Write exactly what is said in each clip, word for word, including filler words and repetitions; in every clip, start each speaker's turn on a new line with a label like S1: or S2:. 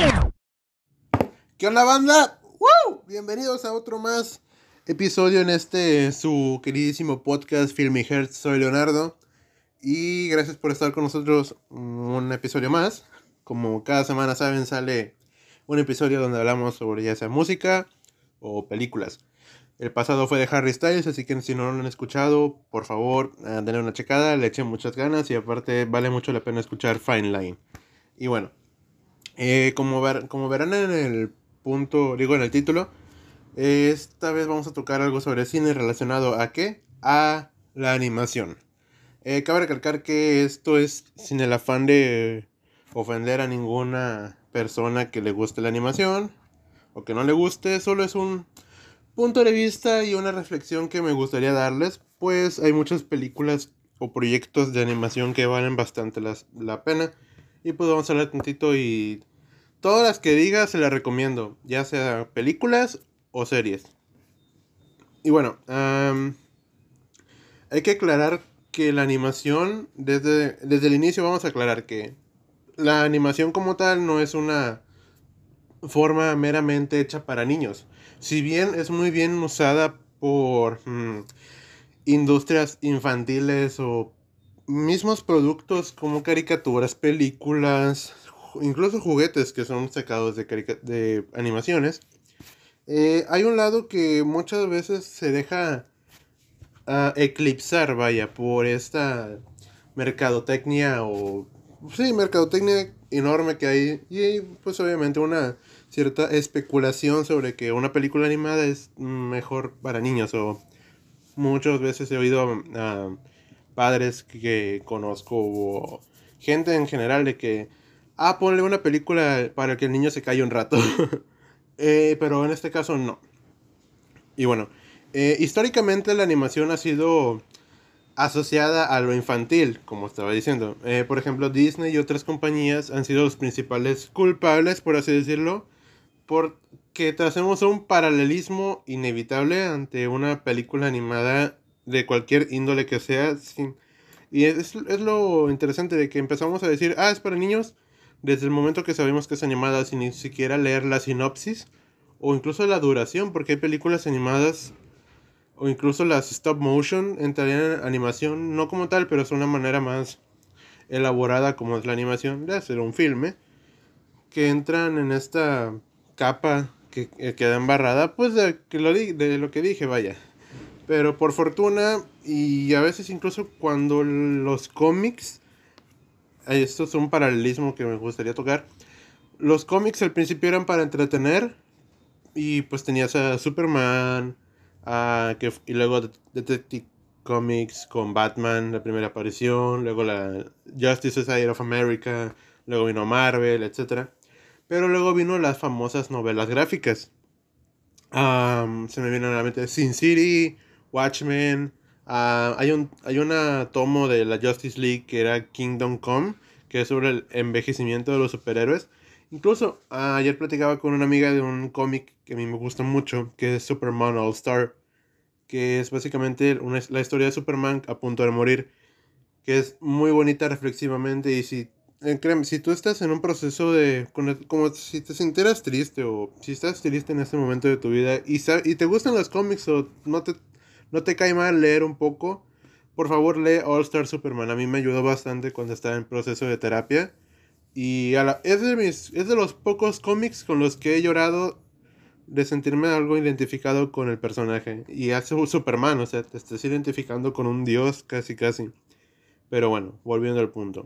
S1: ¿Qué onda, banda? ¡Woo! Bienvenidos a otro más episodio en este su queridísimo podcast Filmy Hertz. Soy Leonardo y gracias por estar con nosotros un episodio más. Como cada semana saben, sale un episodio donde hablamos sobre ya sea música o películas. El pasado fue de Harry Styles, así que si no lo han escuchado, por favor, uh, denle una checada, le echen muchas ganas y aparte vale mucho la pena escuchar Fine Line. Y bueno, eh, como, ver, como verán en el punto, digo en el título, eh, esta vez vamos a tocar algo sobre cine relacionado a ¿qué? A la animación. Eh, cabe recalcar que esto es sin el afán de ofender a ninguna persona que le guste la animación o que no le guste, solo es un punto de vista y una reflexión que me gustaría darles, pues hay muchas películas o proyectos de animación que valen bastante las, la pena y pues vamos a hablar tantito y todas las que diga se las recomiendo, ya sea películas o series. Y bueno, um, hay que aclarar que la animación, desde, desde el inicio vamos a aclarar que la animación como tal no es una forma meramente hecha para niños. Si bien es muy bien usada por mmm, industrias infantiles o mismos productos como caricaturas, películas, incluso juguetes que son sacados de, de animaciones, eh, hay un lado que muchas veces se deja uh, eclipsar, vaya, por esta mercadotecnia o... Sí, mercadotecnia enorme que hay y pues obviamente una cierta especulación sobre que una película animada es mejor para niños o muchas veces he oído a uh, padres que conozco o gente en general de que ah, ponle una película para que el niño se calle un rato. eh, pero en este caso no. Y bueno, eh, históricamente la animación ha sido asociada a lo infantil, como estaba diciendo. Eh, por ejemplo, Disney y otras compañías han sido los principales culpables, por así decirlo, porque hacemos un paralelismo inevitable ante una película animada de cualquier índole que sea. Sin... Y es, es lo interesante de que empezamos a decir, ah, es para niños, desde el momento que sabemos que es animada, sin ni siquiera leer la sinopsis o incluso la duración, porque hay películas animadas o incluso las stop motion entrarían en animación, no como tal, pero es una manera más elaborada como es la animación de hacer un filme, que entran en esta capa que, que queda embarrada, pues de, que lo di, de lo que dije, vaya. Pero por fortuna, y a veces incluso cuando los cómics, esto es un paralelismo que me gustaría tocar, los cómics al principio eran para entretener, y pues tenías a Superman, a, que, y luego Detective Comics con Batman, la primera aparición, luego la Justice Society of America, luego vino Marvel, etcétera. Pero luego vino las famosas novelas gráficas. Um, se me viene a la mente Sin City, Watchmen. Uh, hay un hay una tomo de la Justice League que era Kingdom Come, que es sobre el envejecimiento de los superhéroes. Incluso uh, ayer platicaba con una amiga de un cómic que a mí me gusta mucho, que es Superman All Star, que es básicamente una, la historia de Superman a punto de morir, que es muy bonita reflexivamente. Y si eh, créeme, si tú estás en un proceso de como, como si te sintieras triste o si estás triste en este momento de tu vida y, y te gustan los cómics o no te, no te cae mal leer un poco, por favor lee All Star Superman. A mí me ayudó bastante cuando estaba en proceso de terapia y a la, es, de mis, es de los pocos cómics con los que he llorado de sentirme algo identificado con el personaje. Y hace Superman, o sea, te estás identificando con un dios casi casi. Pero bueno, volviendo al punto.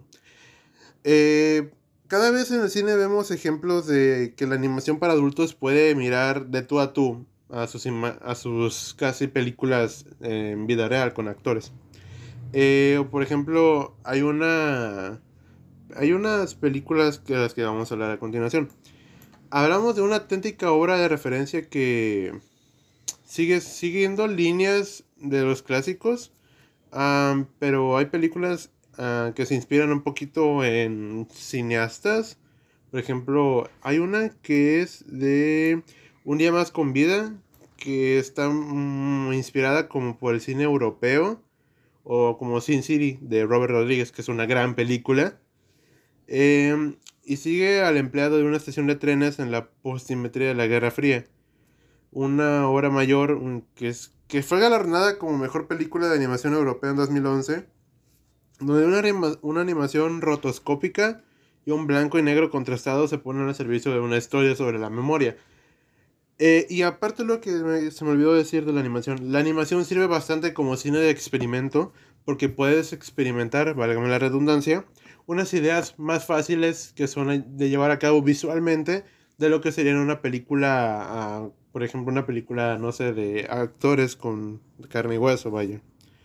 S1: Eh, cada vez en el cine vemos ejemplos de que la animación para adultos puede mirar de tú a tú a sus, a sus casi películas en vida real con actores. Eh, por ejemplo, hay una... Hay unas películas de las que vamos a hablar a continuación. Hablamos de una auténtica obra de referencia que sigue siguiendo líneas de los clásicos, um, pero hay películas uh, que se inspiran un poquito en cineastas. Por ejemplo, hay una que es de Un día más con vida, que está um, inspirada como por el cine europeo, o como Sin City de Robert Rodriguez, que es una gran película. Eh, y sigue al empleado de una estación de trenes en la postimetría de la Guerra Fría. Una obra mayor un, que, es, que fue galardonada como mejor película de animación europea en dos mil once, donde una, anima, una animación rotoscópica y un blanco y negro contrastado se ponen al servicio de una historia sobre la memoria. Eh, y aparte lo que me- se me olvidó decir de la animación, la animación sirve bastante como cine de experimento porque puedes experimentar, válgame la redundancia, unas ideas más fáciles que son de llevar a cabo visualmente de lo que sería en una película, ah, por ejemplo, una película, no sé, de actores con carne y hueso, vaya.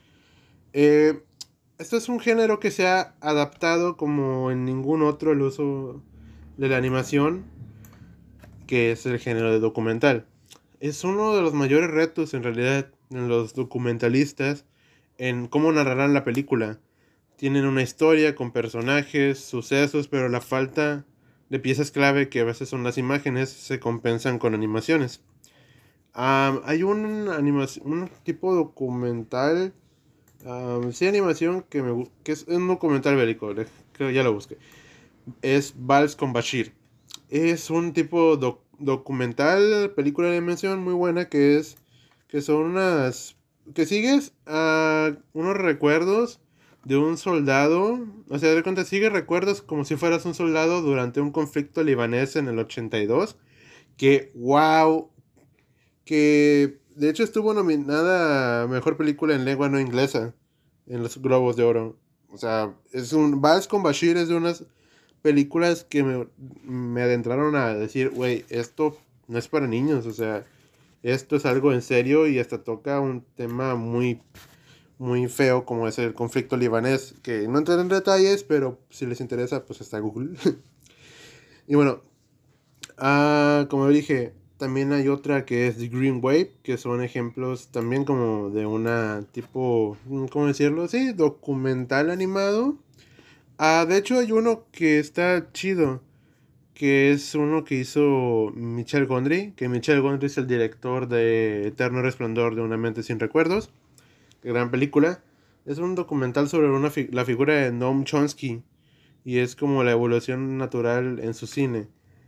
S1: Eh, Esto es un género que se ha adaptado como en ningún otro el uso de la animación, que es el género de documental. Es uno de los mayores retos en realidad en los documentalistas en cómo narrarán la película. Tienen una historia con personajes, sucesos, pero la falta de piezas clave, que a veces son las imágenes, se compensan con animaciones. Um, hay un, animación, un tipo documental, um, sí, animación que, me, que es un documental bélico, creo que ya lo busqué. Es Vals con Bashir. Es un tipo doc- documental, película de animación muy buena que es que son unas que sigues a unos recuerdos de un soldado, o sea, de cuenta sigue recuerdos como si fueras un soldado durante un conflicto libanés en el ochenta y dos, que wow, que de hecho estuvo nominada a mejor película en lengua no inglesa en los Globos de Oro. O sea, es un Vals con Bashir es de unas películas que me, me adentraron a decir, güey, esto no es para niños, o sea, esto es algo en serio y hasta toca un tema muy, muy feo como es el conflicto libanés, que no entraré en detalles, pero si les interesa, pues está Google. Y bueno, ah, como dije, también hay otra que es The Green Wave, que son ejemplos también como de una tipo, ¿cómo decirlo? Sí, documental animado. Ah, de hecho hay uno que está chido, que es uno que hizo Michel Gondry, que Michel Gondry es el director de Eterno Resplandor de una mente sin recuerdos, gran película. Es un documental sobre una fi- la figura de Noam Chomsky y es como la evolución natural en su cine.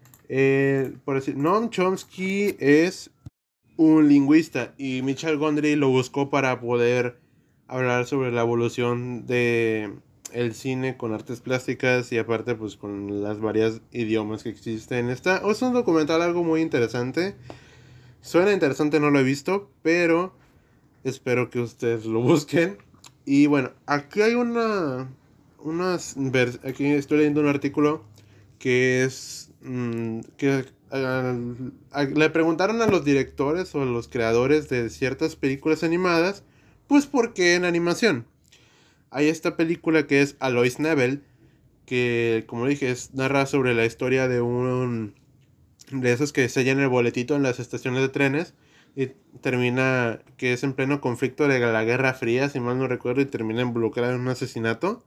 S1: Eh, por decir, Noam Chomsky es un lingüista y Michel Gondry lo buscó para poder hablar sobre la evolución de el cine con artes plásticas y aparte pues con las varias idiomas que existen. Está, es un documental algo muy interesante. Suena interesante, no lo he visto, pero espero que ustedes lo busquen. Y bueno, aquí hay una unas aquí estoy leyendo un artículo que es mmm, que uh, a, le preguntaron a los directores o a los creadores de ciertas películas animadas, pues por qué en animación. Hay esta película que es Alois Nebel, que como dije es, narra sobre la historia de un de esos que sellan el boletito en las estaciones de trenes y termina que es en pleno conflicto de la Guerra Fría, si mal no recuerdo, y termina involucrado en un asesinato.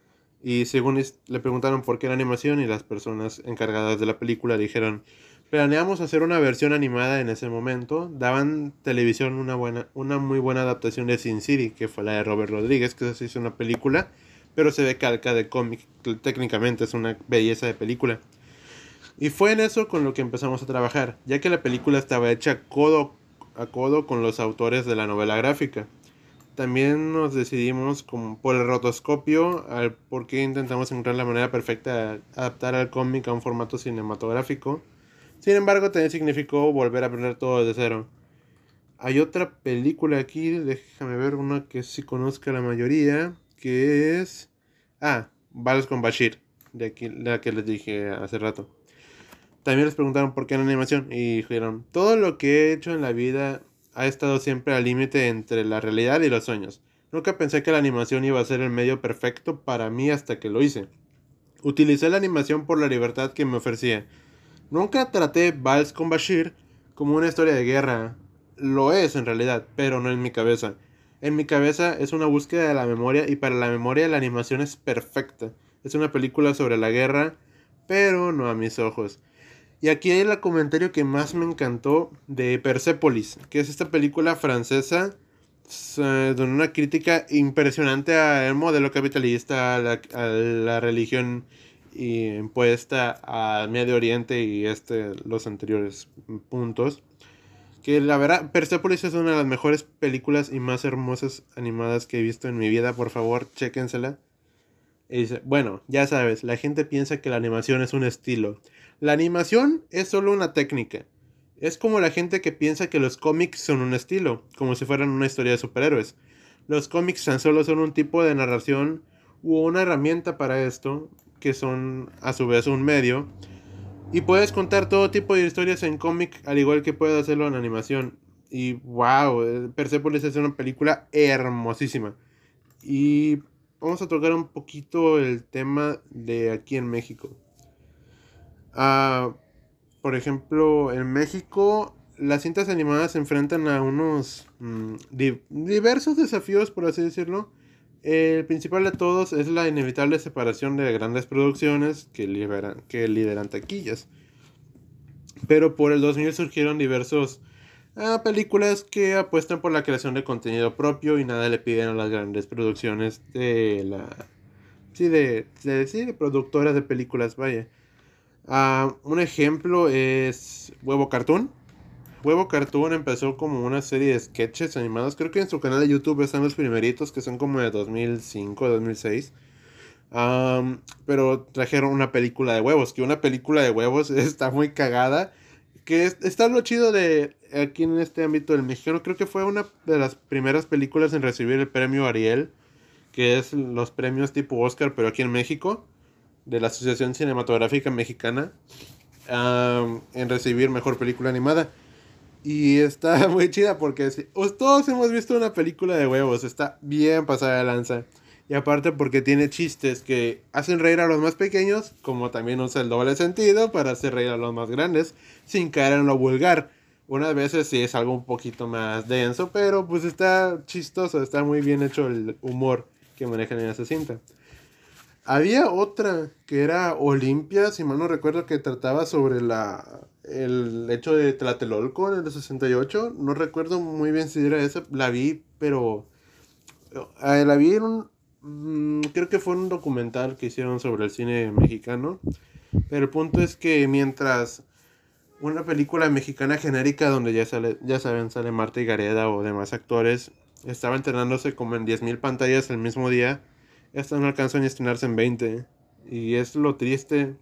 S1: Y según le preguntaron por qué la animación y las personas encargadas de la película dijeron, planeamos hacer una versión animada en ese momento. Daban televisión una buena, una muy buena adaptación de Sin City, que fue la de Robert Rodríguez, que se hizo una película, pero se ve calca de cómic, técnicamente es una belleza de película. Y fue en eso con lo que empezamos a trabajar, ya que la película estaba hecha codo a codo con los autores de la novela gráfica. También nos decidimos como por el rotoscopio, al por qué intentamos encontrar la manera perfecta de adaptar al cómic a un formato cinematográfico. Sin embargo, también significó volver a aprender todo desde cero. Hay otra película aquí, déjame ver una que sí conozca la mayoría, que es... Ah, Vals con Bashir, de aquí, la que les dije hace rato. También les preguntaron por qué en animación y dijeron, todo lo que he hecho en la vida ha estado siempre al límite entre la realidad y los sueños. Nunca pensé que la animación iba a ser el medio perfecto para mí hasta que lo hice. Utilicé la animación por la libertad que me ofrecía. Nunca traté Vals con Bashir como una historia de guerra. Lo es en realidad, pero no en mi cabeza. En mi cabeza es una búsqueda de la memoria y para la memoria la animación es perfecta. Es una película sobre la guerra, pero no a mis ojos. Y aquí hay el comentario que más me encantó de Persepolis, que es esta película francesa eh, con una crítica impresionante al modelo capitalista, a la, a la religión impuesta al Medio Oriente y este, los anteriores puntos. Que la verdad, Persepolis es una de las mejores películas y más hermosas animadas que he visto en mi vida. Por favor, chéquensela. Y dice, bueno, ya sabes, la gente piensa que la animación es un estilo. La animación es solo una técnica. Es como la gente que piensa que los cómics son un estilo, como si fueran una historia de superhéroes. Los cómics tan solo son un tipo de narración u una herramienta para esto, que son a su vez un medio. Y puedes contar todo tipo de historias en cómic, al igual que puedes hacerlo en animación. Y wow, Persepolis es una película hermosísima. Y vamos a tocar un poquito el tema de aquí en México. Uh, por ejemplo, en México las cintas animadas se enfrentan a unos mmm, di- diversos desafíos, por así decirlo. El principal de todos es la inevitable separación de grandes producciones que, liberan, que lideran taquillas. Pero por el dos mil surgieron diversos uh, películas que apuestan por la creación de contenido propio y nada le piden a las grandes producciones de la... Sí, de, de, sí, de productoras de películas, vaya. Uh, un ejemplo es Huevo Cartoon. Huevo Cartoon empezó como una serie de sketches animados. Creo que en su canal de YouTube están los primeritos, que son como de dos mil cinco, dos mil seis. Um, pero trajeron una película de huevos, que una película de huevos está muy cagada. Que es, está lo chido de aquí en este ámbito del mexicano. Creo que fue una de las primeras películas en recibir el premio Ariel, que es los premios tipo Oscar, pero aquí en México, de la Asociación Cinematográfica Mexicana, um, en recibir mejor película animada. Y está muy chida porque si, todos hemos visto una película de huevos, está bien pasada de lanza. Y aparte porque tiene chistes que hacen reír a los más pequeños, como también usa el doble sentido para hacer reír a los más grandes, sin caer en lo vulgar. Unas veces sí es algo un poquito más denso, pero pues está chistoso, está muy bien hecho el humor que manejan en esa cinta. Había otra que era Olimpia, si mal no recuerdo, que trataba sobre la el hecho de Tlatelolco en el de sesenta y ocho. No recuerdo muy bien si era esa. La vi, pero eh, la vi en un... mmm, creo que fue un documental que hicieron sobre el cine mexicano. Pero el punto es que mientras una película mexicana genérica donde ya sale, ya saben, sale Marta y Gareda o demás actores, estaba entrenándose como en diez mil pantallas el mismo día. Esta no alcanzó ni a estrenarse en veinte. Y es lo triste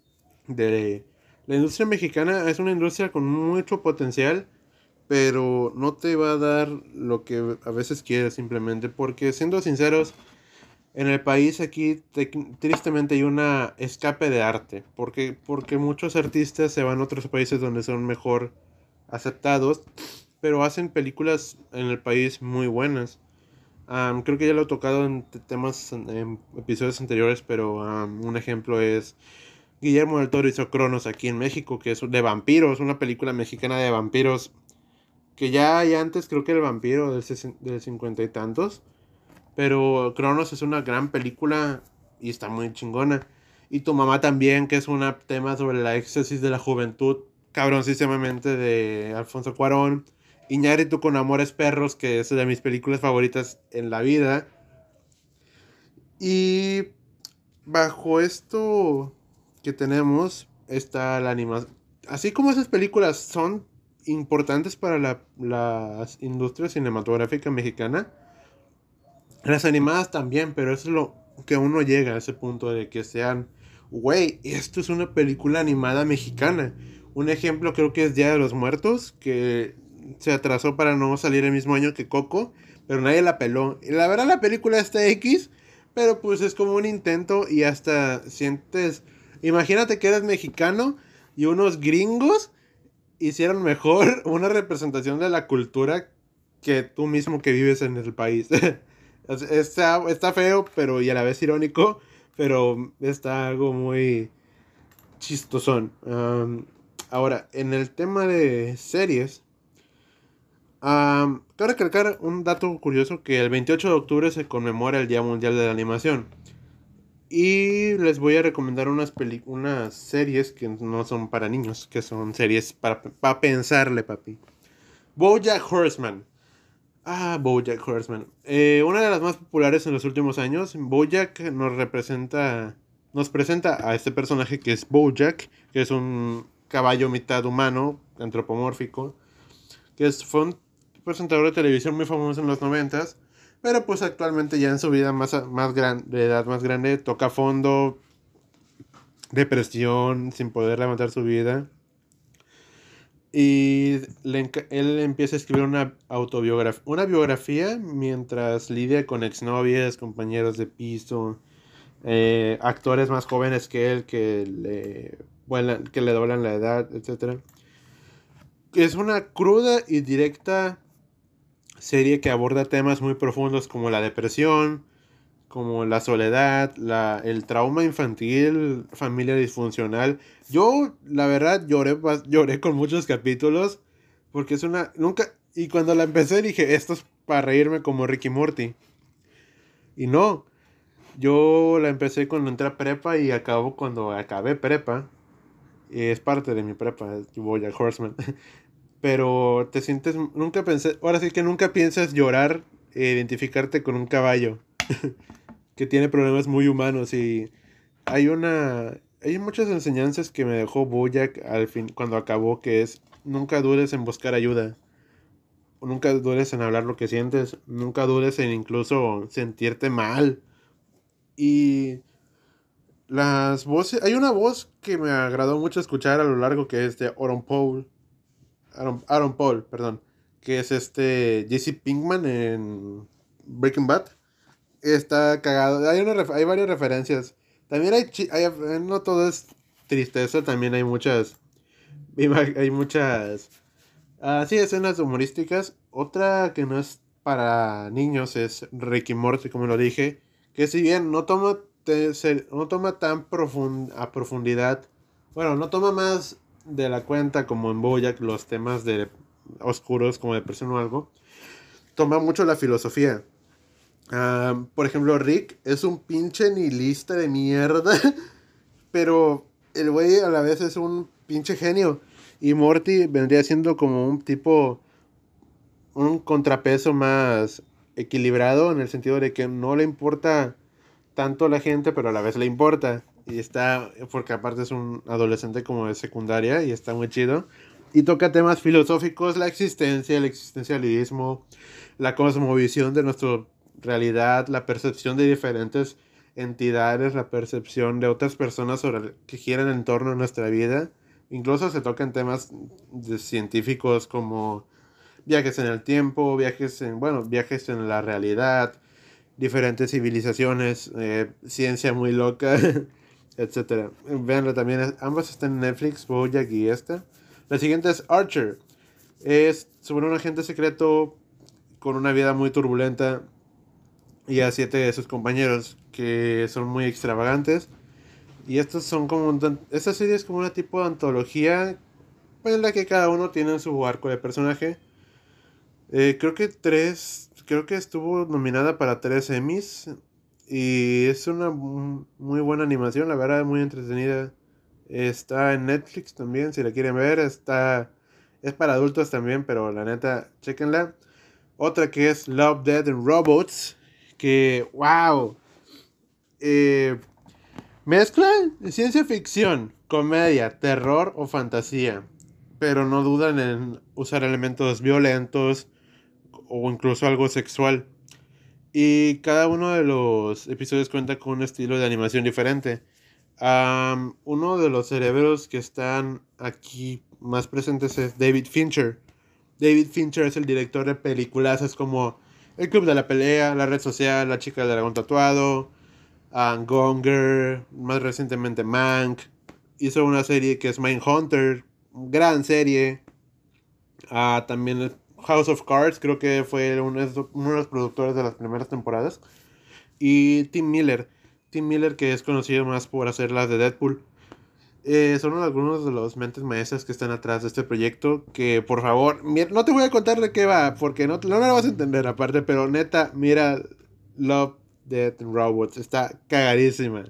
S1: de... La industria mexicana es una industria con mucho potencial, pero no te va a dar lo que a veces quieres simplemente. Porque siendo sinceros, en el país aquí te- tristemente hay una escape de arte. Porque, porque muchos artistas se van a otros países donde son mejor aceptados, pero hacen películas en el país muy buenas. Um, creo que ya lo he tocado en temas en, en episodios anteriores, pero um, un ejemplo es Guillermo del Toro hizo Cronos aquí en México, que es de vampiros, una película mexicana de vampiros, que ya hay antes, creo que el vampiro del, sesen- del cincuenta y tantos, pero Cronos es una gran película y está muy chingona. Y Tu mamá también, que es un tema sobre la éxtasis de la juventud, cabroncísimamente de Alfonso Cuarón. Iñárritu con Amores Perros, que es de mis películas favoritas en la vida. Y bajo esto que tenemos está la animación. Así como esas películas son importantes para la, la industria cinematográfica mexicana, las animadas también, pero eso es lo que uno llega a ese punto de que sean, güey, esto es una película animada mexicana. Un ejemplo creo que es Día de los Muertos, que se atrasó para no salir el mismo año que Coco, pero nadie la peló. Y la verdad la película está X, pero pues es como un intento y hasta sientes... Imagínate que eres mexicano y unos gringos hicieron mejor una representación de la cultura que tú mismo que vives en el país. Está, está feo, pero y a la vez irónico, pero está algo muy chistosón. Um, ahora, en el tema de series, um, quiero recalcar un dato curioso que el veintiocho de octubre se conmemora el Día Mundial de la Animación. Y les voy a recomendar unas, peli unas series que no son para niños, que son series para, para pensarle, papi. BoJack Horseman. Ah, BoJack Horseman. Eh, una de las más populares en los últimos años. BoJack nos representa nos presenta a este personaje que es Bojack, que es un caballo mitad humano, antropomórfico, que es, fue un presentador de televisión muy famoso en los noventas, pero pues actualmente ya en su vida más, más gran, de edad más grande, toca fondo, depresión, sin poder levantar su vida. Y le, él empieza a escribir una autobiografía, una biografía mientras lidia con exnovias, compañeros de piso, eh, actores más jóvenes que él que le, vuelan, que le doblan la edad, etcétera. Es una cruda y directa serie que aborda temas muy profundos como la depresión, como la soledad, la, el trauma infantil, familia disfuncional. Yo, la verdad, lloré, lloré con muchos capítulos, porque es una... Nunca... Y cuando la empecé dije, esto es para reírme como Ricky Morty. Y no, yo la empecé cuando entré a prepa y acabo cuando acabé prepa. Y es parte de mi prepa, BoJack Horseman. Pero te sientes... Nunca pensé... Ahora sí que nunca piensas llorar e identificarte con un caballo que tiene problemas muy humanos. Y hay una... Hay muchas enseñanzas que me dejó BoJack al fin, cuando acabó, que es nunca dudes en buscar ayuda. Nunca dudes en hablar lo que sientes. Nunca dudes en incluso sentirte mal. Y las voces... Hay una voz que me agradó mucho escuchar a lo largo, que es de Aaron Paul. Aaron, Aaron Paul, perdón. Que es este Jesse Pinkman en Breaking Bad. Está cagado. Hay, una, hay varias referencias. También hay, hay... No todo es tristeza. También hay muchas... Hay muchas... Uh, sí, escenas humorísticas. Otra que no es para niños es Ricky Morty, como lo dije. Que si bien no toma, te, se, no toma tan profund, a profundidad. Bueno, no toma más de la cuenta como en BoJack los temas de oscuros como depresión o algo. Toma mucho la filosofía. Uh, por ejemplo, Rick es un pinche nihilista de mierda. Pero el güey a la vez es un pinche genio. Y Morty vendría siendo como un tipo, un contrapeso más equilibrado, en el sentido de que no le importa tanto a la gente, pero a la vez le importa. Y está, porque aparte es un adolescente como de secundaria y está muy chido. Y toca temas filosóficos, la existencia, el existencialismo, la cosmovisión de nuestra realidad, la percepción de diferentes entidades, la percepción de otras personas sobre que giran en torno a nuestra vida. Incluso se tocan temas de científicos como viajes en el tiempo, viajes en, bueno, viajes en la realidad, diferentes civilizaciones, eh, ciencia muy loca, etcétera. Veanlo también, ambas están en Netflix, BoJack y esta. La siguiente es Archer. Es sobre un agente secreto con una vida muy turbulenta y a siete de sus compañeros que son muy extravagantes. Y estos son como... Esta serie es como una tipo de antología en la que cada uno tiene su arco de personaje. Eh, creo que tres... Creo que estuvo nominada para tres Emmys. Y es una muy buena animación, la verdad, muy entretenida. Está en Netflix también, si la quieren ver. Está... Es para adultos también, pero la neta, chéquenla. Otra que es Love, Death and Robots. Que, wow. Eh... Mezcla ciencia ficción, comedia, terror o fantasía, pero no dudan en usar elementos violentos o incluso algo sexual. Y cada uno de los episodios cuenta con un estilo de animación diferente. Um, uno de los cerebros que están aquí más presentes es David Fincher. David Fincher es el director de películas como El Club de la Pelea, La Red Social, La Chica del Dragón Tatuado, Um, Gonger, más recientemente Mank. Hizo una serie que es Mindhunter, gran serie. Uh, también House of Cards, creo que fue uno de, los, uno de los productores de las primeras temporadas. Y Tim Miller, Tim Miller que es conocido más por hacer las de Deadpool. Eh, son algunos de los mentes maestras que están atrás de este proyecto. Que por favor, mira, no te voy a contar de qué va, porque no, no lo vas a entender aparte, pero neta, mira Love, Death and Robots, está cagadísima.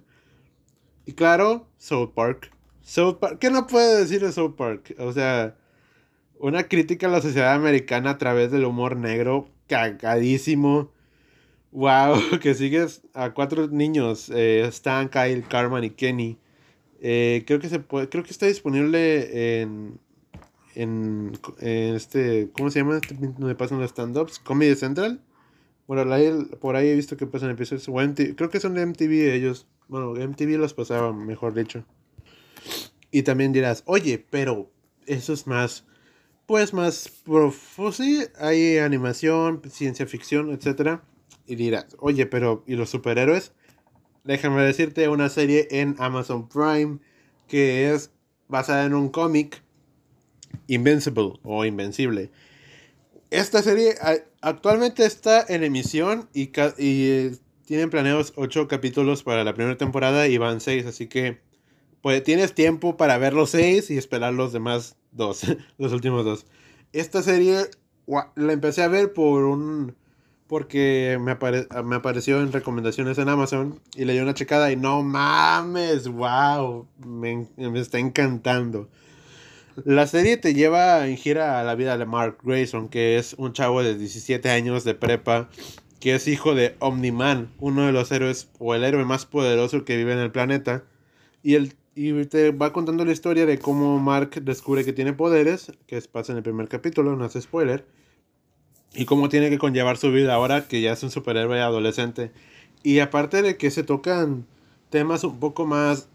S1: Y claro, South Park. South Park, ¿qué no puede decir de South Park? O sea, una crítica a la sociedad americana a través del humor negro, cagadísimo. Wow, que sigues a cuatro niños, eh, Stan, Kyle, Carmen y Kenny. Eh, creo que se puede, creo que está disponible en, en, en este, ¿cómo se llama? Este donde pasan los stand-ups, Comedy Central. Bueno, la- por ahí he visto que pasan episodios. O M T V, creo que son de M T V ellos. Bueno, M T V los pasaba, mejor dicho. Y también dirás, oye, pero eso es más, pues más profundo. Sí, hay animación, ciencia ficción, etcétera. Y dirás, oye, pero ¿y los superhéroes? Déjame decirte una serie en Amazon Prime que es basada en un cómic, Invincible o Invencible. Esta serie a- actualmente está en emisión y, ca- y eh, tienen planeados ocho capítulos para la primera temporada y van seis, así que pues tienes tiempo para ver los seis y esperar los demás dos, los últimos dos. Esta serie gua- la empecé a ver por un porque me, apare- me apareció en recomendaciones en Amazon y le di una checada y no mames, wow, me, me está encantando. La serie te lleva en gira a la vida de Mark Grayson, que es un chavo de diecisiete años de prepa, que es hijo de Omni-Man, uno de los héroes o el héroe más poderoso que vive en el planeta. Y, el, y te va contando la historia de cómo Mark descubre que tiene poderes, que es, pasa en el primer capítulo, no es spoiler, y cómo tiene que conllevar su vida ahora que ya es un superhéroe adolescente. Y aparte de que se tocan temas un poco más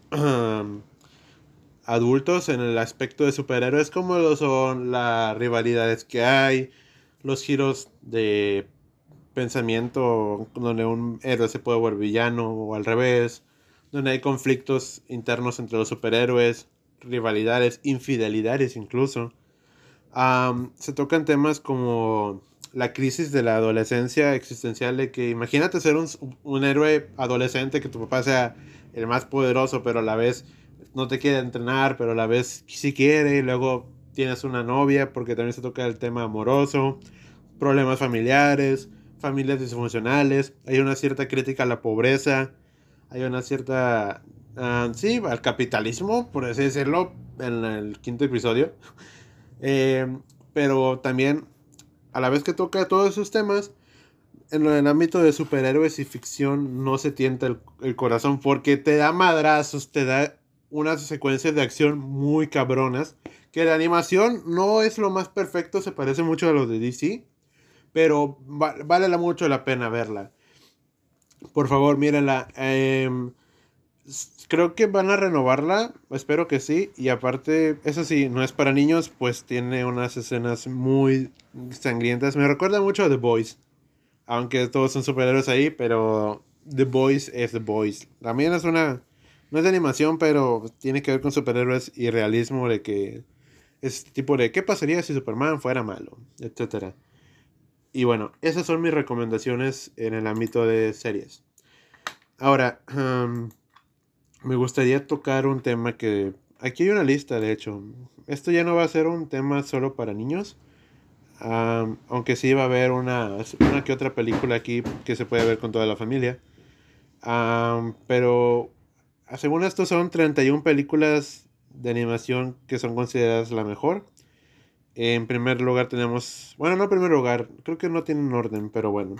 S1: adultos en el aspecto de superhéroes, como lo son las rivalidades que hay, los giros de pensamiento donde un héroe se puede volver villano o al revés, donde hay conflictos internos entre los superhéroes, rivalidades, infidelidades incluso. Um, se tocan temas como la crisis de la adolescencia existencial de que imagínate ser un, un héroe adolescente, que tu papá sea el más poderoso, pero a la vez no te quiere entrenar, pero a la vez sí quiere, y luego tienes una novia, porque también se toca el tema amoroso, problemas familiares, familias disfuncionales, hay una cierta crítica a la pobreza, hay una cierta, uh, sí, al capitalismo, por así decirlo, en el quinto episodio. Eh, pero también, a la vez que toca todos esos temas, en el ámbito de superhéroes y ficción no se tienta el, el corazón porque te da madrazos, te da unas secuencias de acción muy cabronas, que la animación no es lo más perfecto, se parece mucho a lo de D C, pero va, vale la, mucho la pena verla. Por favor, mírenla. Eh, Creo que van a renovarla, espero que sí. Y aparte, eso sí, no es para niños, pues tiene unas escenas muy sangrientas. Me recuerda mucho a The Boys, aunque todos son superhéroes ahí, pero The Boys es The Boys. También es una, no es de animación, pero tiene que ver con superhéroes y realismo de que es tipo de qué pasaría si Superman fuera malo, etcétera. Y bueno, esas son mis recomendaciones en el ámbito de series. Ahora, um, me gustaría tocar un tema que... Aquí hay una lista, de hecho. Esto ya no va a ser un tema solo para niños. Um, aunque sí va a haber una, una que otra película aquí que se puede ver con toda la familia. Um, pero según esto son treinta y una películas de animación que son consideradas la mejor. En primer lugar tenemos... Bueno, no en primer lugar. Creo que no tienen orden, pero bueno.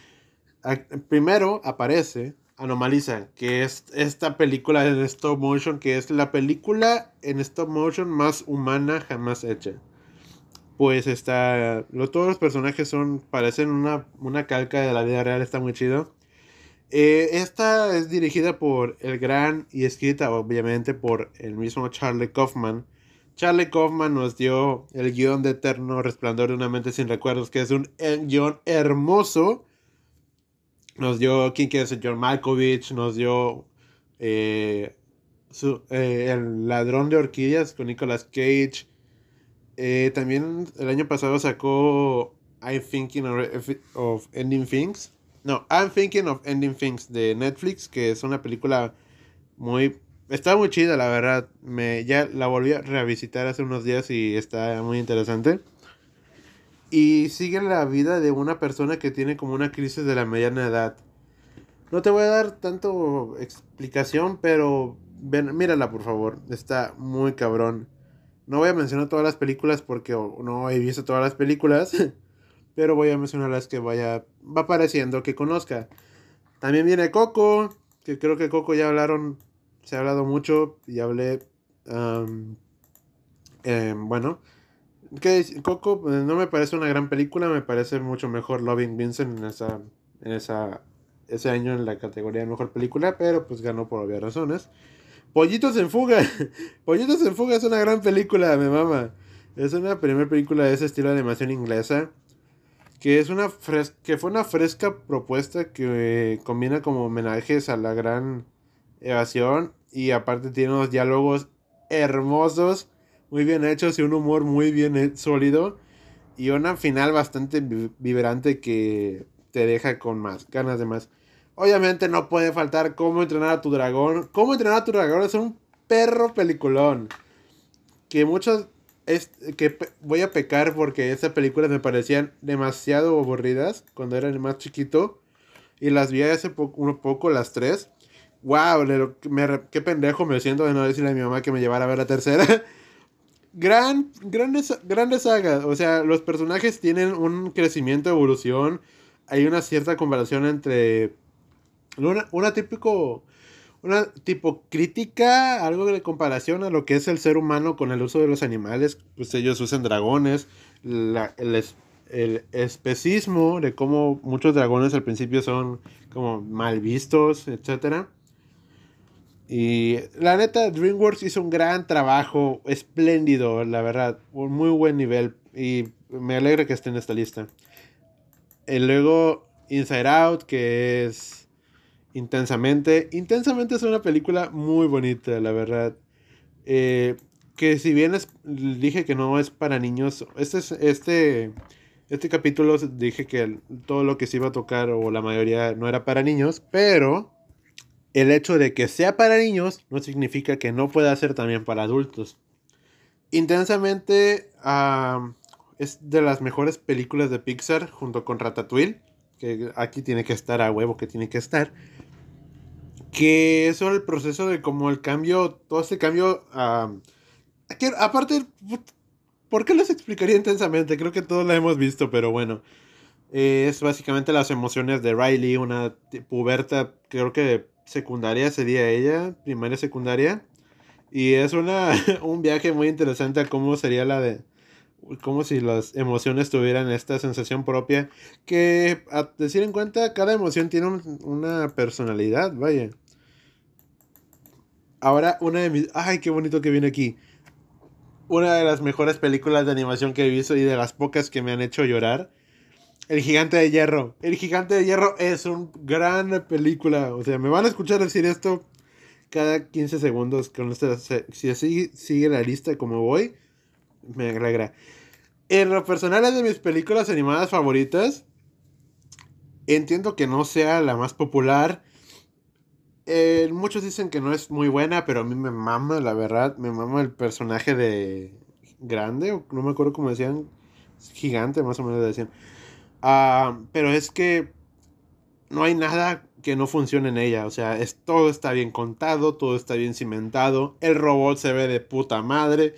S1: Primero aparece Anomaliza, que es esta película en stop motion, que es la película en stop motion más humana jamás hecha. Pues está, lo, todos los personajes son, parecen una, una calca de la vida real, está muy chido. Eh, esta es dirigida por el gran y escrita obviamente por el mismo Charlie Kaufman. Charlie Kaufman nos dio el guión de Eterno Resplandor de una mente sin recuerdos, que es un guión hermoso. Nos dio ¿Quién quiere ser John Malkovich? Nos dio eh, su, eh, El ladrón de orquídeas con Nicolas Cage. Eh, también el año pasado sacó I'm Thinking of, of Ending Things. No, I'm Thinking of Ending Things de Netflix, que es una película muy... Está muy chida, la verdad. Me, ya la volví a revisitar hace unos días y está muy interesante. Y sigue la vida de una persona que tiene como una crisis de la mediana edad. No te voy a dar tanto explicación, pero ven, mírala por favor. Está muy cabrón. No voy a mencionar todas las películas porque oh, no he visto todas las películas. pero voy a mencionar las que vaya, va apareciendo que conozca. También viene Coco, que creo que Coco ya hablaron, se ha hablado mucho, y hablé, um, eh, bueno, que Coco eh, no me parece una gran película, me parece mucho mejor Loving Vincent en esa, en esa, ese año en la categoría de mejor película, pero pues ganó por obvias razones. Pollitos en Fuga, Pollitos en Fuga es una gran película, me mama. Es una primera película de ese estilo de animación inglesa, que es una fres que fue una fresca propuesta que eh, combina como homenajes a la gran evasión y aparte tiene unos diálogos hermosos, muy bien hechos y un humor muy bien he- sólido y una final bastante vi- vibrante que te deja con más ganas de más. Obviamente no puede faltar Cómo entrenar a tu dragón. Cómo entrenar a tu dragón es un perro peliculón que muchos es que pe- voy a pecar porque esas películas me parecían demasiado aburridas cuando era más chiquito y las vi hace po un poco las tres. Wow, lo, me, re- qué pendejo me siento de no decirle a mi mamá que me llevara a ver la tercera. Gran, grandes, grandes sagas. O sea, los personajes tienen un crecimiento, evolución. Hay una cierta comparación entre una, una típico una tipo crítica, algo de comparación a lo que es el ser humano con el uso de los animales, pues ellos usan dragones, la- el, es- el especismo de cómo muchos dragones al principio son como mal vistos, etcétera. Y la neta, DreamWorks hizo un gran trabajo, espléndido, la verdad, un muy buen nivel y me alegra que esté en esta lista. Y luego Inside Out, que es Intensamente. Intensamente es una película muy bonita, la verdad. Eh, que si bien es, dije que no es para niños, este, es- este, este capítulo dije que el- todo lo que se iba a tocar o la mayoría no era para niños, pero el hecho de que sea para niños no significa que no pueda ser también para adultos. Intensamente ah, es de las mejores películas de Pixar junto con Ratatouille, que aquí tiene que estar a huevo, que tiene que estar. Que es sobre el proceso de como el cambio, todo este cambio, ah, que aparte, ¿por qué les explicaría intensamente? Creo que todos la hemos visto, pero bueno, eh, es básicamente las emociones de Riley, una t- puberta, creo que secundaria sería ella, primaria, secundaria, y es una, un viaje muy interesante a cómo sería la de, como si las emociones tuvieran esta sensación propia, que a decir en cuenta, cada emoción tiene un- una personalidad, vaya. Ahora, una de mis... Ay, qué bonito que viene aquí. Una de las mejores películas de animación que he visto y de las pocas que me han hecho llorar. El Gigante de Hierro. El Gigante de Hierro es una gran película. O sea, me van a escuchar decir esto cada quince segundos. Con esta, si así sigue la lista como voy, me alegra. En lo personal es de mis películas animadas favoritas. Entiendo que no sea la más popular. Eh, muchos dicen que no es muy buena, pero a mí me mama, la verdad, me mama el personaje de grande, o no me acuerdo cómo decían, gigante más o menos decían. Ah, pero es que no hay nada que no funcione en ella, o sea, es, todo está bien contado, todo está bien cimentado, el robot se ve de puta madre,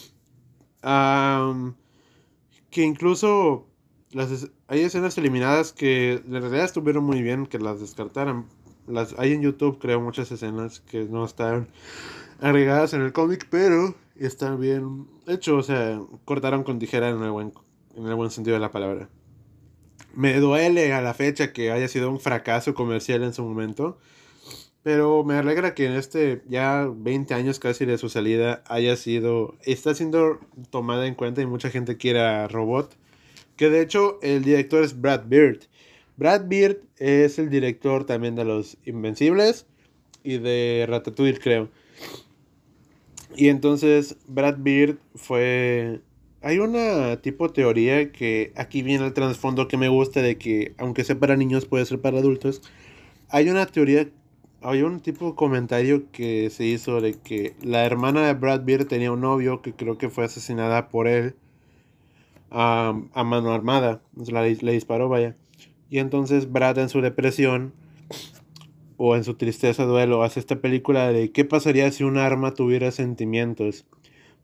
S1: ah, que incluso las, es- hay escenas eliminadas que en realidad estuvieron muy bien que las descartaran. Las, hay en YouTube, creo, muchas escenas que no están agregadas en el cómic, pero están bien hechos, o sea, cortaron con tijera en el buen, en el buen sentido de la palabra. Me duele a la fecha que haya sido un fracaso comercial en su momento, pero me alegra que en este ya veinte años casi de su salida haya sido, está siendo tomada en cuenta y mucha gente quiere a Robot, que de hecho el director es Brad Bird. Brad Bird es el director también de Los Invencibles y de Ratatouille, creo. Y entonces Brad Bird fue... Hay una tipo teoría que aquí viene el trasfondo que me gusta de que aunque sea para niños puede ser para adultos. Hay una teoría, hay un tipo de comentario que se hizo de que la hermana de Brad Bird tenía un novio que creo que fue asesinada por él a, a mano armada. O sea, le, le disparó, vaya. Y entonces Brad en su depresión o en su tristeza duelo hace esta película de qué pasaría si un arma tuviera sentimientos.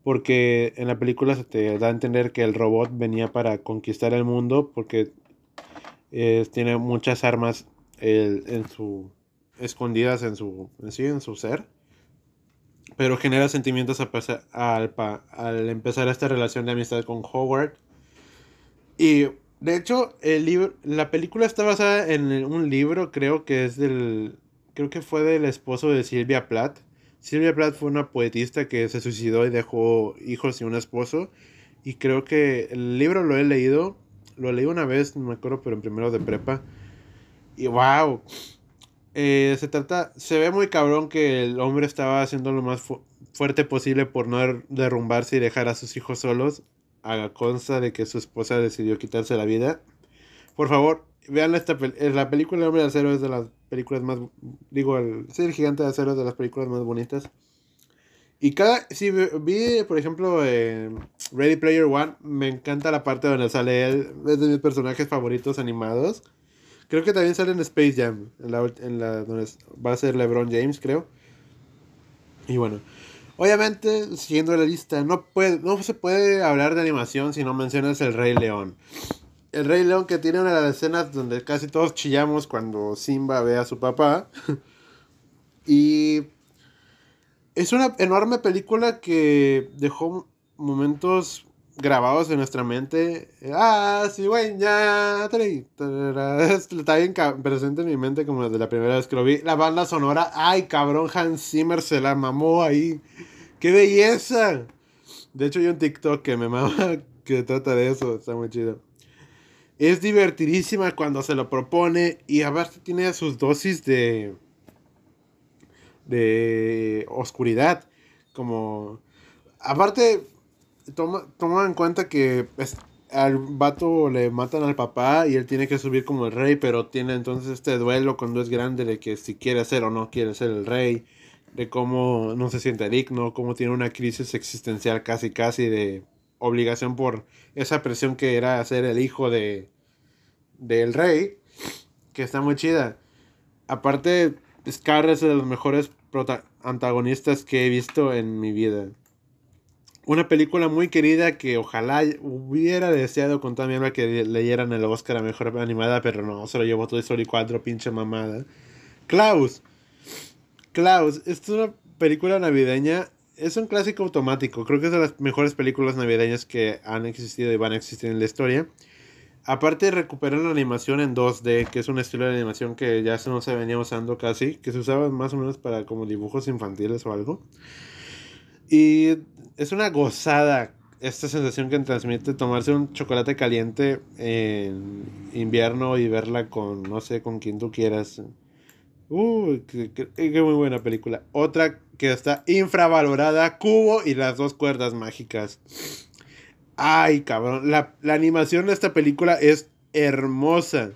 S1: porque en la película se te da a entender que el robot venía para conquistar el mundo porque eh, tiene muchas armas eh, en su escondidas en su en sí, en su ser, pero genera sentimientos a pesar- al, pa- al empezar esta relación de amistad con Howard. Y de hecho, el libro, la película está basada en el- un libro, creo que es del, creo que fue del esposo de Sylvia Plath. Sylvia Plath fue una poetista que se suicidó y dejó hijos y un esposo. Y creo que el libro lo he leído, lo leí una vez, no me acuerdo, pero en primero de prepa. Y wow, eh, se trata, se ve muy cabrón que el hombre estaba haciendo lo más fu- fuerte posible por no der- derrumbarse y dejar a sus hijos solos, a consta de que su esposa decidió quitarse la vida. Por favor, vean esta pel- eh, la película El Hombre de Acero es de las películas más, digo, el, sí, el Gigante de Acero es de las películas más bonitas. Y cada, si vi, vi, por ejemplo, eh, Ready Player One, me encanta la parte donde sale él, es de mis personajes favoritos animados. Creo que también sale en Space Jam, en la, en la donde va a ser LeBron James, creo. Y bueno, obviamente, siguiendo la lista, no, puede, no se puede hablar de animación si no mencionas El Rey León. El Rey León, que tiene una de las escenas donde casi todos chillamos cuando Simba ve a su papá. Y es una enorme película que dejó momentos grabados en nuestra mente. Ah, sí, güey, ya. tari, tarara. Está bien ca- presente en mi mente como desde la primera vez que lo vi. La banda sonora, ay, cabrón, Hans Zimmer se la mamó ahí. ¡Qué belleza! De hecho, hay un TikTok que me mama que trata de eso. Está muy chido. Es divertidísima cuando se lo propone y aparte tiene sus dosis de, de oscuridad. Como, aparte, toma, toma en cuenta que es- al vato le matan al papá y él tiene que subir como el rey, pero tiene entonces este duelo cuando es grande de que si quiere ser o no quiere ser el rey, de cómo no se siente digno, cómo tiene una crisis existencial casi casi de obligación por esa presión que era ser el hijo de del rey, que está muy chida. Aparte, Scar es de los mejores prota- antagonistas que he visto en mi vida. Una película muy querida que ojalá hubiera deseado con toda mi alma que leyeran el Oscar a Mejor Animada, pero no, se lo llevó Toy Story cuatro, pinche mamada. Klaus. Klaus, es una película navideña, es un clásico automático, creo que es de las mejores películas navideñas que han existido y van a existir en la historia. Aparte recuperan la animación en dos D, que es un estilo de animación que ya no se venía usando casi, que se usaba más o menos para como dibujos infantiles o algo. Y es una gozada esta sensación que transmite tomarse un chocolate caliente en invierno y verla con, no sé, con quien tú quieras. Uh, qué, qué- qué muy buena película. Otra que está infravalorada, Cubo y las dos cuerdas mágicas. Ay, cabrón. La, la animación de esta película es hermosa.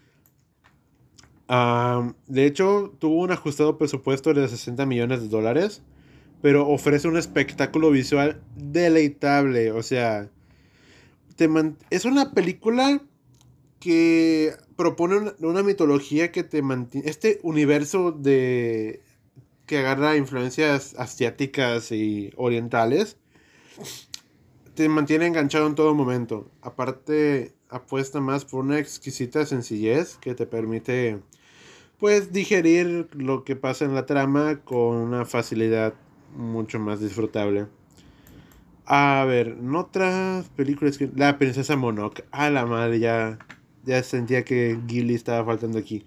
S1: Ah, de hecho, tuvo un ajustado presupuesto de sesenta millones de dólares, pero ofrece un espectáculo visual deleitable. O sea, te man- es una película que propone una, una mitología que te mantiene. Este universo de que agarra influencias asiáticas y orientales te mantiene enganchado en todo momento. Aparte, apuesta más por una exquisita sencillez que te permite, pues, digerir lo que pasa en la trama con una facilidad mucho más disfrutable. A ver, en otras películas que... La princesa Mononoke. A la madre, ya, ya sentía que Ghibli estaba faltando aquí.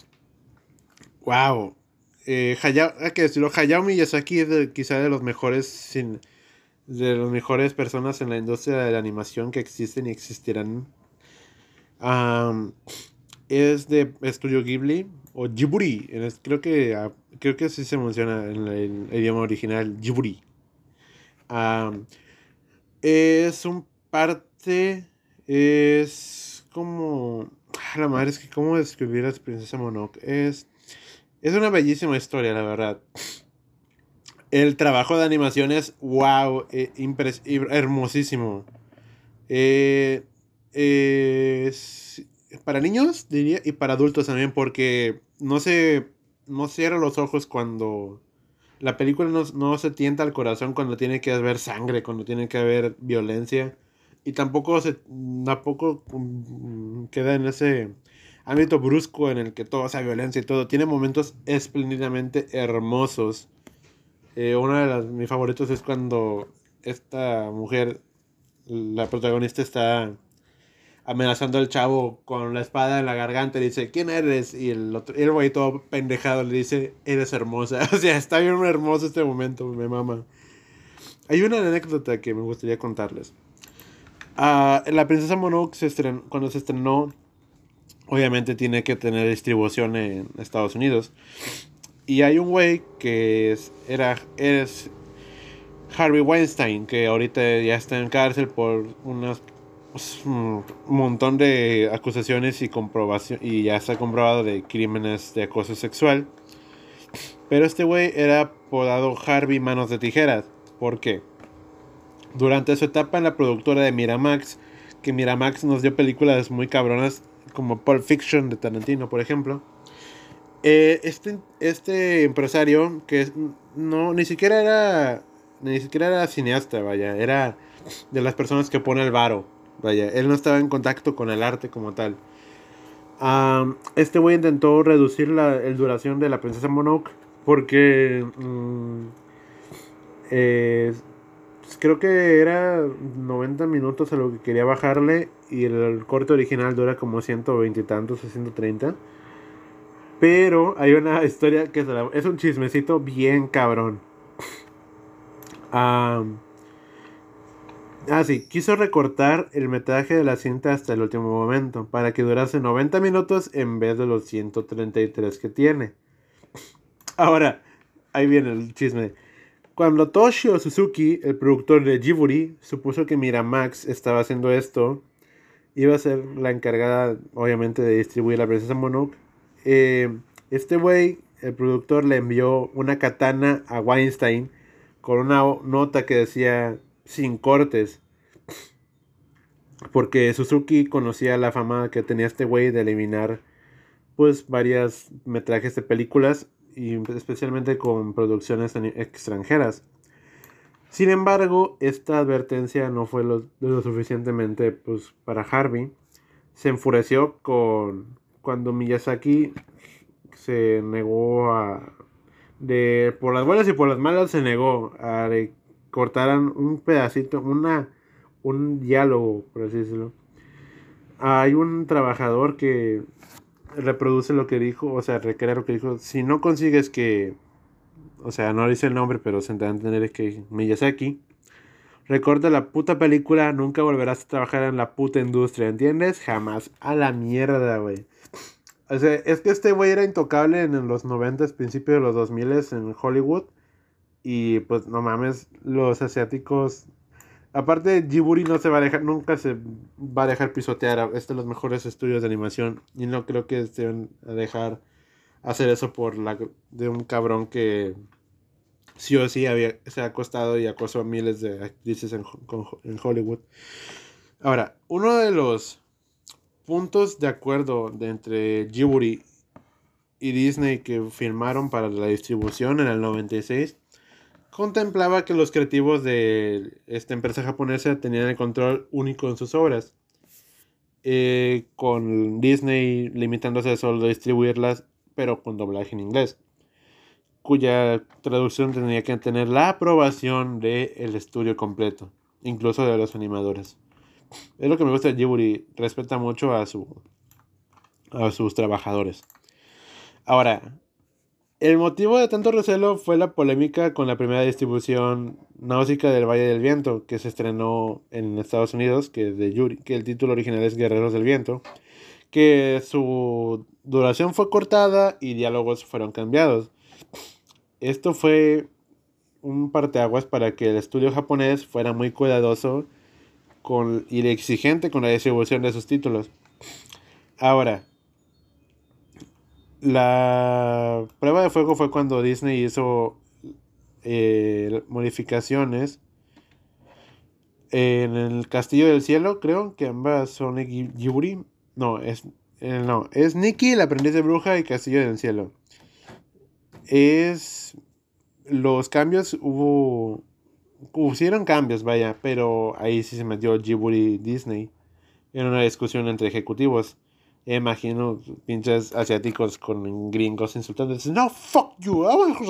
S1: Wow. Eh, Hayao, hay que decirlo, Hayao Miyazaki es de- quizá de los mejores sin, de las mejores personas en la industria de la animación que existen y existirán. Am, es de Estudio Ghibli o Ghibli. en es- creo que ah, creo que así se menciona en el, el idioma original, Ghibli. Am, es un parte es como ah, la madre es que cómo describir a la princesa Mononoke es es una bellísima historia, la verdad. El trabajo de animación es wow, eh, impres- hermosísimo. Eh, eh, es para niños, diría, y para adultos también, porque no se, no cierra los ojos cuando, La película no, no se tienta al corazón cuando tiene que haber sangre, cuando tiene que haber violencia. Y tampoco se tampoco mm, queda en ese ámbito brusco en el que todo sea violencia y todo. Tiene momentos espléndidamente hermosos. Eh, uno de los, mis favoritos es cuando esta mujer, la protagonista, está amenazando al chavo con la espada en la garganta y le dice, ¿quién eres? Y el otro, el güey todo pendejado le dice, eres hermosa. O sea, está bien hermoso este momento, me mama. Hay una anécdota que me gustaría contarles. Uh, la princesa Mononoke se estrenó, cuando se estrenó, obviamente tiene que tener distribución en Estados Unidos. Y hay un güey que es, era, es Harvey Weinstein, que ahorita ya está en cárcel por unas un montón de acusaciones y comprobación y ya está comprobado de crímenes de acoso sexual. Pero este güey era apodado Harvey Manos de Tijeras. ¿Por qué? Durante su etapa en la productora de Miramax, que Miramax nos dio películas muy cabronas como Pulp Fiction de Tarantino, por ejemplo. Eh, este, este empresario, que no, ni siquiera era, ni siquiera era cineasta, vaya, era de las personas que pone el varo, vaya, él no estaba en contacto con el arte como tal. Um, este güey intentó reducir la el duración de la princesa Mononoke porque um, eh, creo que era noventa minutos a lo que quería bajarle y el, el corte original dura como ciento veinte y tantos o ciento treinta. Pero hay una historia que es un chismecito bien cabrón. Um, ah, sí, quiso recortar el metraje de la cinta hasta el último momento, para que durase noventa minutos en vez de los ciento treinta y tres que tiene. Ahora, ahí viene el chisme. Cuando Toshio Suzuki, el productor de Ghibli, supuso que Miramax estaba haciendo esto, iba a ser la encargada, obviamente, de distribuir la princesa Mononoke. Eh, este güey, el productor, le envió una katana a Weinstein con una nota que decía sin cortes. Porque Suzuki conocía la fama que tenía este güey de eliminar pues varias metrajes de películas y especialmente con producciones extranjeras. Sin embargo, esta advertencia no fue lo, lo suficientemente pues para Harvey. Se enfureció con cuando Miyazaki se negó a de por las buenas y por las malas se negó a que cortaran un pedacito, una un diálogo, por así decirlo. Hay un trabajador que reproduce lo que dijo, o sea, recrea lo que dijo. Si no consigues que, o sea, no dice el nombre, pero se da a entender que Miyazaki recorta la puta película, nunca volverás a trabajar en la puta industria, ¿entiendes? Jamás. A la mierda, güey. O sea, es que este güey era intocable en los noventas, principios de los dos miles en Hollywood. Y pues no mames, los asiáticos. Aparte, Ghibli no se va a dejar, nunca se va a dejar pisotear a este de los mejores estudios de animación. Y no creo que se van a dejar hacer eso por la de un cabrón que sí o sí había, se ha acostado y acosó a miles de actrices en, en Hollywood. Ahora, uno de los puntos de acuerdo de entre Ghibli y Disney que firmaron para la distribución en el noventa y seis contemplaba que los creativos de esta empresa japonesa tenían el control único en sus obras, eh, con Disney limitándose a solo distribuirlas, pero con doblaje en inglés, cuya traducción tenía que tener la aprobación del estudio completo, incluso de los animadores. Es lo que me gusta de Ghibli, respeta mucho a, su, a sus trabajadores. Ahora, el motivo de tanto recelo fue la polémica con la primera distribución Náusica del Valle del Viento, que se estrenó en Estados Unidos, que, de Yuri, que el título original es Guerreros del Viento, que su duración fue cortada y diálogos fueron cambiados. Esto fue un parteaguas para que el estudio japonés fuera muy cuidadoso con, y exigente con la distribución de sus títulos. Ahora, la prueba de fuego fue cuando Disney hizo eh, modificaciones en el Castillo del Cielo, creo que ambas son Ghibli. No, es eh, no, es Nikki, el aprendiz de bruja y Castillo del Cielo. Es los cambios hubo... Hicieron cambios, vaya, pero ahí sí se metió Ghibli Disney en una discusión entre ejecutivos. Imagino pinches asiáticos con gringos insultando. No, fuck you.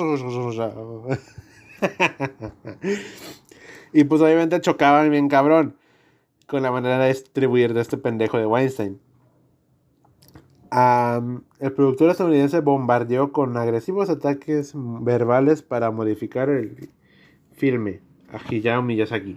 S1: Y pues obviamente chocaban bien cabrón con la manera de distribuir de este pendejo de Weinstein. Um, el productor estadounidense bombardeó con agresivos ataques verbales para modificar el filme a Hayao Miyazaki.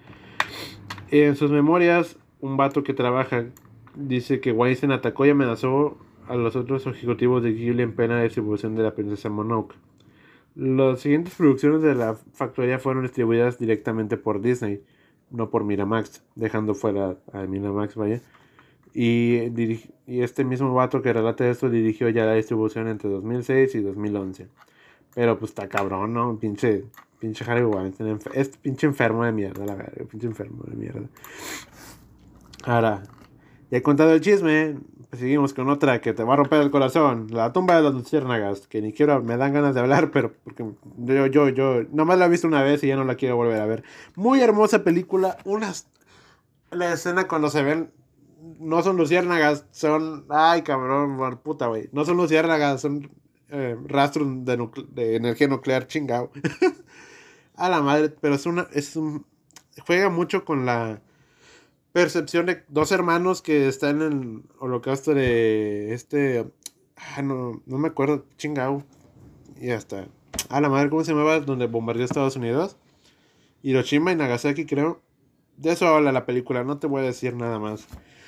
S1: En sus memorias, un vato que trabaja dice que Weinstein atacó y amenazó a los otros ejecutivos de Ghibli en plena distribución de La Princesa Mononoke. Las siguientes producciones de la factoría fueron distribuidas directamente por Disney, no por Miramax, dejando fuera a Miramax, vaya. Y, dirig- y este mismo vato que relata esto dirigió ya la distribución entre dos mil seis y dos mil once. Pero pues está cabrón, ¿no? Pinche, pinche Harry Weinstein. enfer- Este pinche enfermo de mierda, la verdad. Pinche enfermo de mierda. Ahora, ya he contado el chisme. Pues seguimos con otra que te va a romper el corazón. La tumba de las luciérnagas. Que ni quiero, me dan ganas de hablar, pero porque yo, yo, yo, nomás la he visto una vez y ya no la quiero volver a ver. Muy hermosa película. Unas, la escena cuando se ven, no son luciérnagas, son, ay cabrón, por puta, güey. No son luciérnagas, son eh, rastros de, nucle- de energía nuclear, chingado. A la madre, pero es una, es un, juega mucho con la percepción de dos hermanos que están en el holocausto de este, ah, no, no me acuerdo, chingado, y hasta, a la madre, ¿cómo se llamaba? Donde bombardeó Estados Unidos, Hiroshima y Nagasaki, creo. De eso habla la película, no te voy a decir nada más.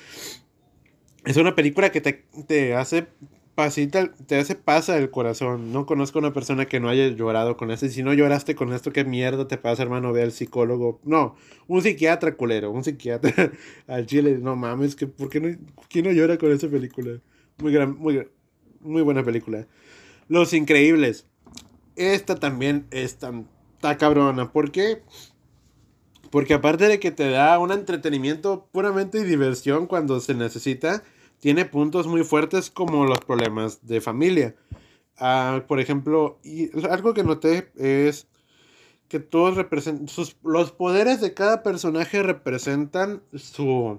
S1: Es una película que te, te hace pasita, te hace pasa el corazón. No conozco a una persona que no haya llorado con esto. Y si no lloraste con esto, ¿qué mierda te pasa, hermano? Ve al psicólogo. No, un psiquiatra culero, un psiquiatra al chile. No mames, que ¿por qué no, quién no llora con esa película? Muy gran, muy, gra- muy buena película. Los Increíbles. Esta también es tan, está cabrona. ¿Por qué? Porque aparte de que te da un entretenimiento puramente y diversión cuando se necesita, tiene puntos muy fuertes como los problemas de familia. Ah, por ejemplo, y algo que noté es que todos representan, sus, los poderes de cada personaje representan su,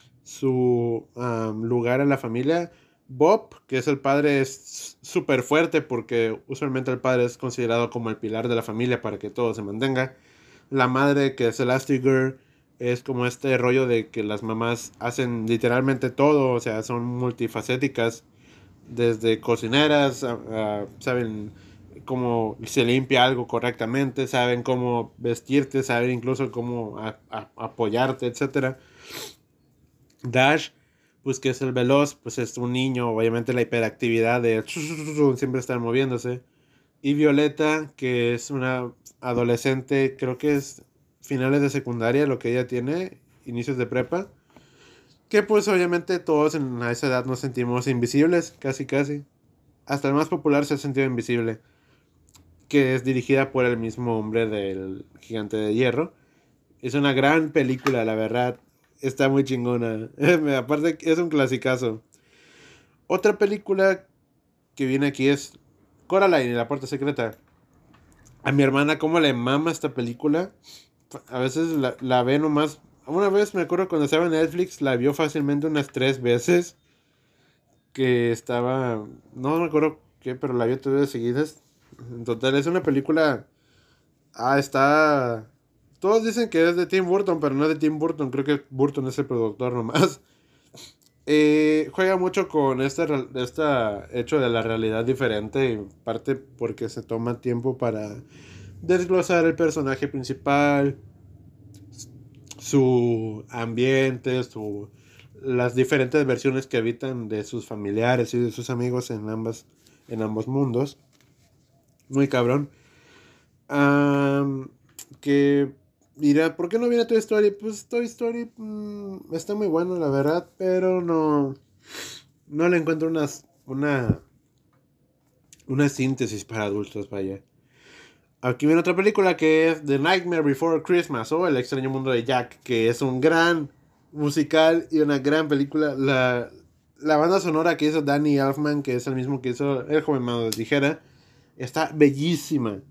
S1: su am, lugar en la familia. Bob, que es el padre, es súper fuerte porque usualmente el padre es considerado como el pilar de la familia para que todo se mantenga. La madre, que es Elastigirl, es como este rollo de que las mamás hacen literalmente todo, o sea, son multifacéticas, desde cocineras, a- a- saben cómo se limpia algo correctamente, saben cómo vestirte, saben incluso cómo a- a- apoyarte, etcétera. Dash, pues que es el veloz, pues es un niño, obviamente la hiperactividad de siempre estar moviéndose. Y Violeta, que es una adolescente, creo que es finales de secundaria lo que ella tiene, inicios de prepa, que pues obviamente todos en a esa edad nos sentimos invisibles, casi casi. Hasta el más popular se ha sentido invisible, que es dirigida por el mismo hombre del Gigante de Hierro. Es una gran película, la verdad. Está muy chingona. Aparte es un clasicazo. Otra película que viene aquí es Coraline y la puerta secreta. A mi hermana cómo le mama esta película. A veces la, la ve nomás. Una vez me acuerdo cuando estaba en Netflix, la vio fácilmente unas tres veces. Que estaba. No me acuerdo qué, pero la vio tres veces seguidas. En total, es una película. Ah, está. Todos dicen que es de Tim Burton, pero no es de Tim Burton. Creo que Burton es el productor nomás. Eh, juega mucho con este, re- este hecho de la realidad diferente. En parte porque se toma tiempo para desglosar el personaje principal, su ambiente, su, las diferentes versiones que habitan de sus familiares y de sus amigos en ambas, en ambos mundos. Muy cabrón. Am, que dirá, ¿por qué no viene Toy Story? Pues Toy Story mm, está muy bueno, la verdad, pero no, no le encuentro unas, una, una síntesis para adultos, vaya. Aquí viene otra película que es The Nightmare Before Christmas o El extraño mundo de Jack, que es un gran musical y una gran película. La, la banda sonora que hizo Danny Elfman, que es el mismo que hizo El joven mano de tijera, está bellísima.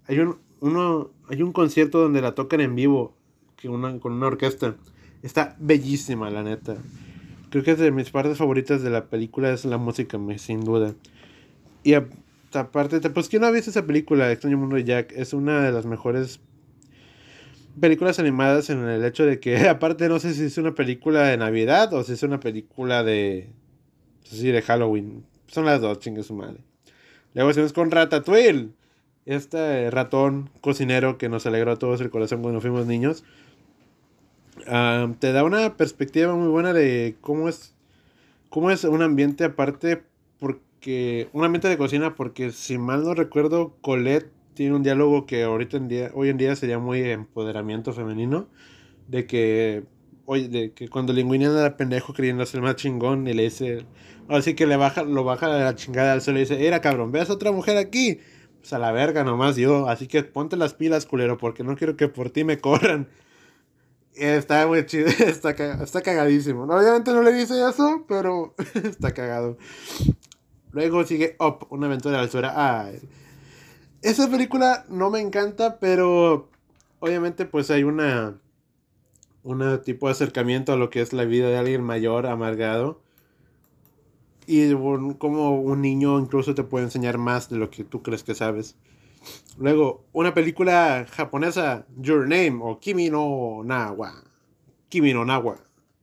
S1: Hay un, uno, hay un concierto donde la tocan en vivo que una, con una orquesta. Está bellísima, la neta. Creo que es de mis partes favoritas de la película es la música, me, sin duda. Y a, aparte, pues ¿quién no ha visto esa película, Extraño Mundo de Jack? Es una de las mejores películas animadas en el hecho de que, aparte, no sé si es una película de Navidad o si es una película de, sí, de Halloween. Son las dos, chingue su madre. Luego seguimos con Ratatouille. Este ratón cocinero que nos alegró a todos el corazón cuando fuimos niños. Uh, te da una perspectiva muy buena de cómo es, cómo es un ambiente aparte, porque un ambiente de cocina, porque si mal no recuerdo, Colette tiene un diálogo que ahorita en día, hoy en día sería muy empoderamiento femenino, de que, oye, de que cuando Linguini anda pendejo creyendo ser el más chingón y le dice, así que le baja, lo baja de la chingada al suelo y dice, era cabrón, ¿ves a otra mujer aquí? Pues a la verga nomás yo, así que ponte las pilas, culero, porque no quiero que por ti me corran. Está muy chido, está, está cagadísimo. Obviamente no le dice eso, pero está cagado. Luego sigue Up, una aventura de altura. Ah, esa película no me encanta, pero obviamente pues hay una, una tipo de acercamiento a lo que es la vida de alguien mayor, amargado. Y un, como un niño incluso te puede enseñar más de lo que tú crees que sabes. Luego, una película japonesa, Your Name o Kimi no Nawa. Kimi no Nawa.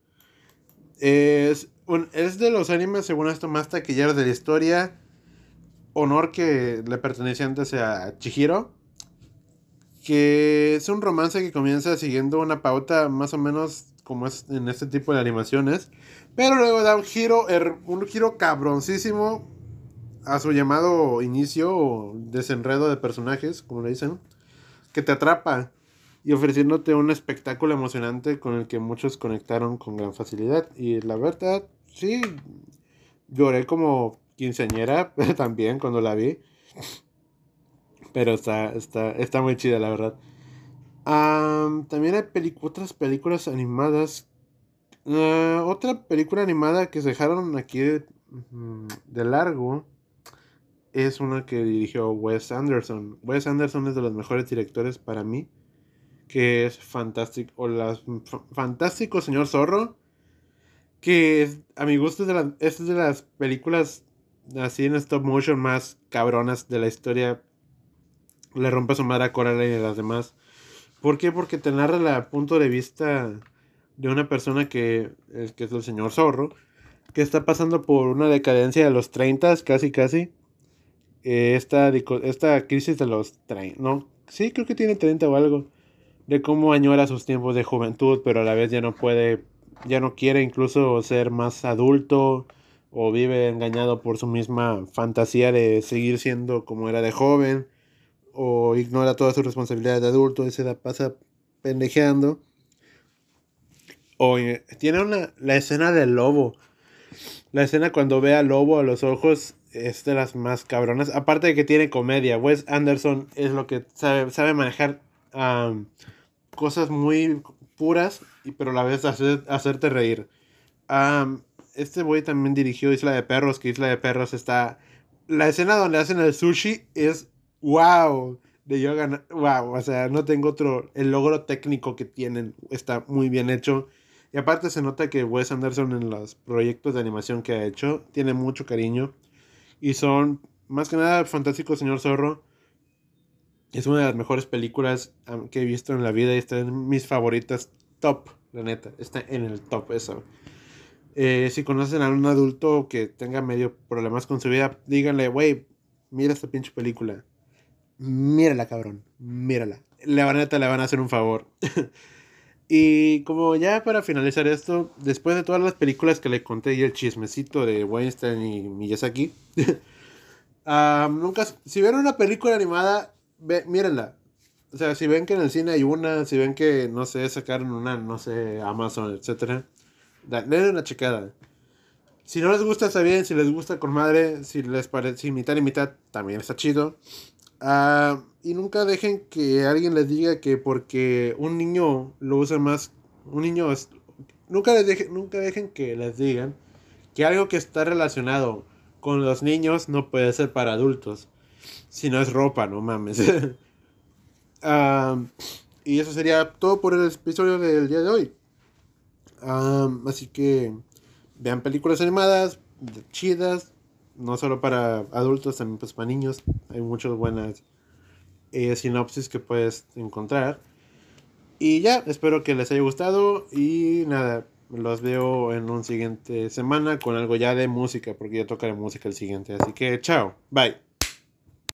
S1: Es, un, es de los animes, según esto, más taquilleros de la historia. Honor que le pertenece antes a Chihiro. Que es un romance que comienza siguiendo una pauta más o menos como es en este tipo de animaciones. Pero luego da un giro, un giro cabroncísimo a su llamado inicio o desenredo de personajes, como le dicen, que te atrapa y ofreciéndote un espectáculo emocionante con el que muchos conectaron con gran facilidad. Y la verdad, sí, lloré como quinceañera también cuando la vi. Pero está, está, está muy chida, la verdad. Um, también hay pelic- otras películas animadas. Uh, otra película animada que se dejaron aquí de, de largo es una que dirigió Wes Anderson. Wes Anderson es de los mejores directores para mí. Que es fantástico. O las Fantástico Señor Zorro. Que es, a mi gusto es de, las, es de las películas así en stop motion más cabronas de la historia. Le rompe su madre a Coraline y a las demás. ¿Por qué? Porque te narra el punto de vista de una persona que, que es el señor Zorro, que está pasando por una decadencia de los treinta, casi casi. Eh, esta, esta crisis de los treinta, no, sí, creo que tiene treinta o algo. De cómo añora sus tiempos de juventud, pero a la vez ya no puede, ya no quiere incluso ser más adulto, o vive engañado por su misma fantasía de seguir siendo como era de joven, o ignora todas sus responsabilidades de adulto y se la pasa pendejeando. O eh, tiene una, la escena del lobo. La escena cuando ve al lobo a los ojos es de las más cabronas. Aparte de que tiene comedia. Wes Anderson es lo que sabe, sabe manejar um, cosas muy puras, y pero a la vez hacer, hacerte reír. Um, este güey también dirigió Isla de Perros, que Isla de Perros está... La escena donde hacen el sushi es wow. De yo ganar, wow, o sea, no tengo otro... El logro técnico que tienen está muy bien hecho. Y aparte se nota que Wes Anderson en los proyectos de animación que ha hecho tiene mucho cariño. Y son, más que nada, Fantástico Señor Zorro. Es una de las mejores películas um, que he visto en la vida y está en mis favoritas top, la neta. Está en el top eso. Eh, si conocen a un adulto que tenga medio problemas con su vida, díganle, güey, mira esta pinche película. Mírala, cabrón. Mírala. La neta le van a hacer un favor. Y como ya para finalizar esto, después de todas las películas que le conté y el chismecito de Weinstein y Miyazaki, uh, nunca, si ven una película animada, ve, mírenla. O sea, si ven que en el cine hay una, si ven que, no sé, sacaron una, no sé, Amazon, etcétera, denle una checada. Si no les gusta, está bien. Si les gusta, con madre. Si les parece, si mitad y mitad, también está chido. Uh, y nunca dejen que alguien les diga que porque un niño lo usa más, un niño es, nunca les dejen, nunca dejen que les digan que algo que está relacionado con los niños no puede ser para adultos. Si no es ropa, no mames. Um, y eso sería todo por el episodio del día de hoy. Um, así que vean películas animadas chidas, no solo para adultos, también pues para niños. Hay muchas buenas eh, sinopsis que puedes encontrar. Y ya, espero que les haya gustado y nada, los veo en un siguiente semana con algo ya de música, porque ya tocaré música el siguiente. Así que chao, bye.